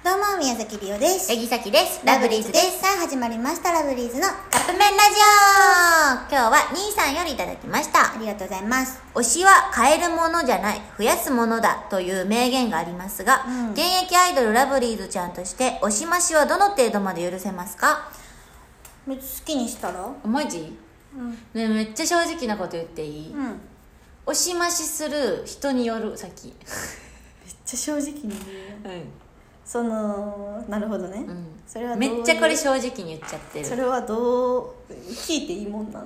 どうも、宮崎りおです。 八木崎です。ラブリーズです。 さあ、始まりました、ラブリーズのカップ麺ラジオ。今日は兄さんよりいただきました。 ありがとうございます。 推しは変えるものじゃない、増やすものだという名言がありますが、現役アイドルラブリーズちゃんとして推し増しはどの程度まで許せますか？ 好きにしたら？ マジ？ね、めっちゃ正直なこと言っていい？推し増しする人による。さっきめっちゃ正直に言う。なるほどね。それはめっちゃこれ正直に言っちゃってる。 それはどう聞いていいもんなん？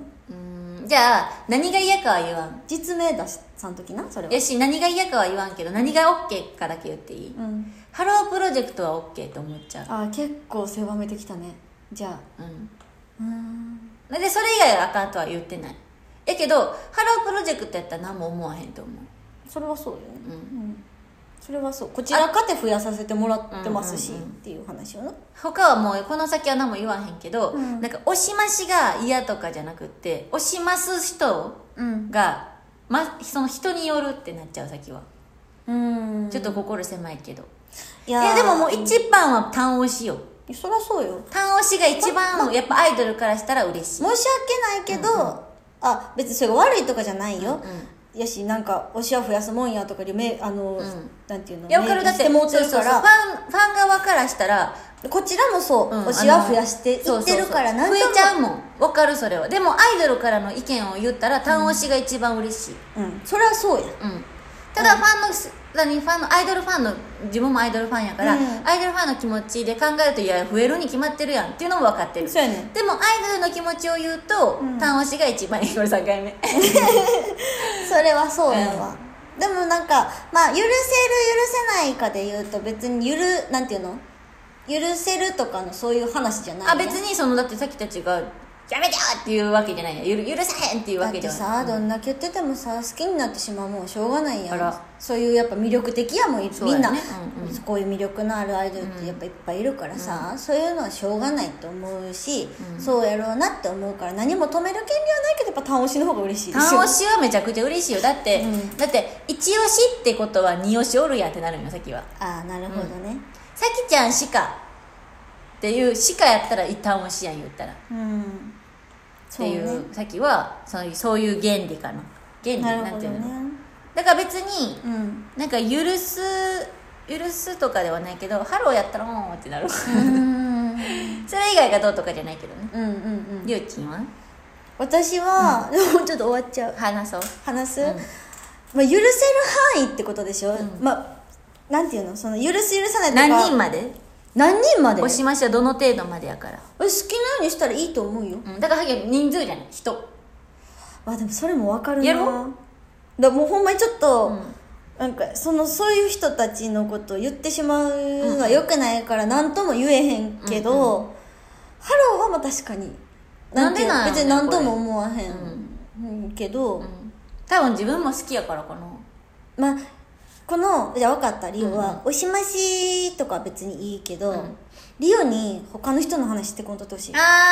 じゃあ何が嫌かは言わん。 実名出さんときな、それは。 よし、何が嫌かは言わんけど、何が OK かだけ言っていい？ハロープロジェクトは OK と思っちゃう。 あ、結構狭めてきたね。じゃあでそれ以外はあかんとは言ってない。やけどハロープロジェクトやったら何も思わへんと思う。 それはそうよね。それはそう。こちらかて増やさせてもらってますし、っていう話よな。 他はもうこの先は何も言わへんけど、なんか推し増しが嫌とかじゃなくって、推し増す人が、その人によるってなっちゃう。先はちょっと心狭いけど、いやでももう一番は単推しよ。 そりゃそうよ。 単推しが一番やっぱアイドルからしたら嬉しい。 申し訳ないけど、別にそれが悪いとかじゃないよ。やし、なんか推しは増やすもんやとかでなんていうの、 いや分かる。だってファン側からしたらこちらもそう、推しは増やしていってるから増えちゃうもん。分かる。それはでもアイドルからの意見を言ったら単推しが一番嬉しい。 それはそうや。 ただファンのアイドルファンの、自分もアイドルファンやから、アイドルファンの気持ちで考えると、いや増えるに決まってるやんっていうのも分かってる。 そうやね。 でもアイドルの気持ちを言うと、単推しが一番いい。これ3回目それはそうやわ。でもなんか許せる許せないかで言うと、別になんていうの、許せるとかのそういう話じゃない。 別にだってさっきたちがやめてよっていうわけじゃないや。許さへんっていうわけじゃない。 だってさ、どんだけ言っててもさ、好きになってしまうもんはしょうがないやん。そういうやっぱ魅力的やもん、みんなこういう魅力のあるアイドルってやっぱいっぱいいるからさ、そういうのはしょうがないと思うし、そうやろうなって思うから、何も止める権利はないけど、やっぱ単推しの方が嬉しいですよ。 単推しはめちゃくちゃ嬉しいよ。だって一押しってことは二押しおるやんってなるんよ、さっきは。 なるほどね。 さきちゃんしかっていう、しかやったら単推しやん、言ったらっていう、さっきはそういう原理かな。原理なんていうの。だから別になんか許すとかではないけど、ハローやったらもうってなるそれ以外がどうとかじゃないけどね。りょうちんは？ 私はもうちょっと終わっちゃう。 話す？許せる範囲ってことでしょ。なんていうの、許す許さないとか。何人まで？ 推し増しはどの程度までやから。 好きなようにしたらいいと思うよ。 だから人数じゃない、人。 でもそれも分かるな。 やろ？ だもうほんまにちょっと、なんかそういう人たちのことを言ってしまうのは良くないから何とも言えへんけど、ハローは確かになんでなんやろね、 別に何とも思わへんけど、 多分自分も好きやからかな。 じゃあ分かった。リオは推し増しとか別にいいけど、リオに他の人の話してこんとってほしい。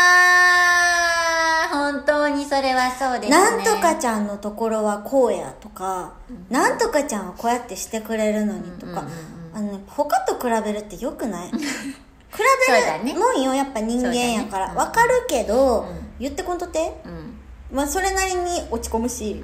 本当にそれはそうですね。 なんとかちゃんのところはこうやとか、なんとかちゃんはこうやってしてくれるのにとか、他と比べるってよくない？比べるもんよ、やっぱ人間やから。分かるけど、言ってこんとって。それなりに落ち込むし、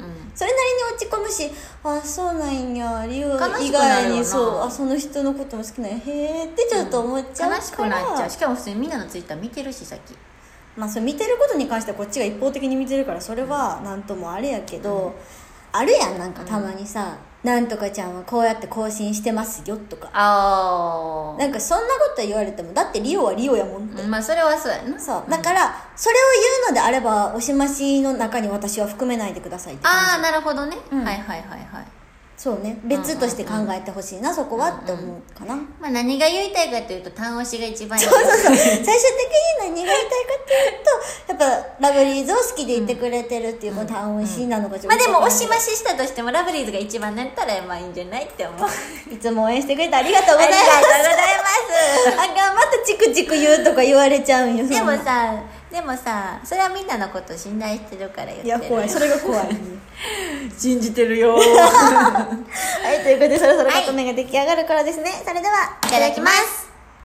そうなんや、リオ以外にその人のことも好きなんや、へーってちょっと思っちゃうから、 悲しくなっちゃう。しかも普通にみんなのツイッター見てるし、さっきそれ見てることに関してはこっちが一方的に見てるから、それはなんともあれやけど、あるやん、なんかたまにさ、なんとかちゃんはこうやって更新してますよとか、なんかそんなこと言われても、だってリオはリオやもんって。 それはそうやな。 そうだから、それを言うのであれば、推し増しの中に私は含めないでくださいって感じ。 なるほどね。はいそうね、別として考えてほしいな、そこはって思うかな。 何が言いたいかというと、単推しが一番いい。 最終的に何が言いたいかというと、やっぱラブリーズを好きでいてくれてるっていう単推しなのかちょっとでも推し増ししたとしてもラブリーズが一番なったらいいんじゃないって思う。 いつも応援してくれてありがとうございます。またチクチク言うとか言われちゃうんよ。 でもさ、それはみんなのこと信頼してるから言ってる。 いや、怖い。それが怖い。 信じてるよはい、ということでそろそろカップ麺が出来上がるからですね。それではいただきます。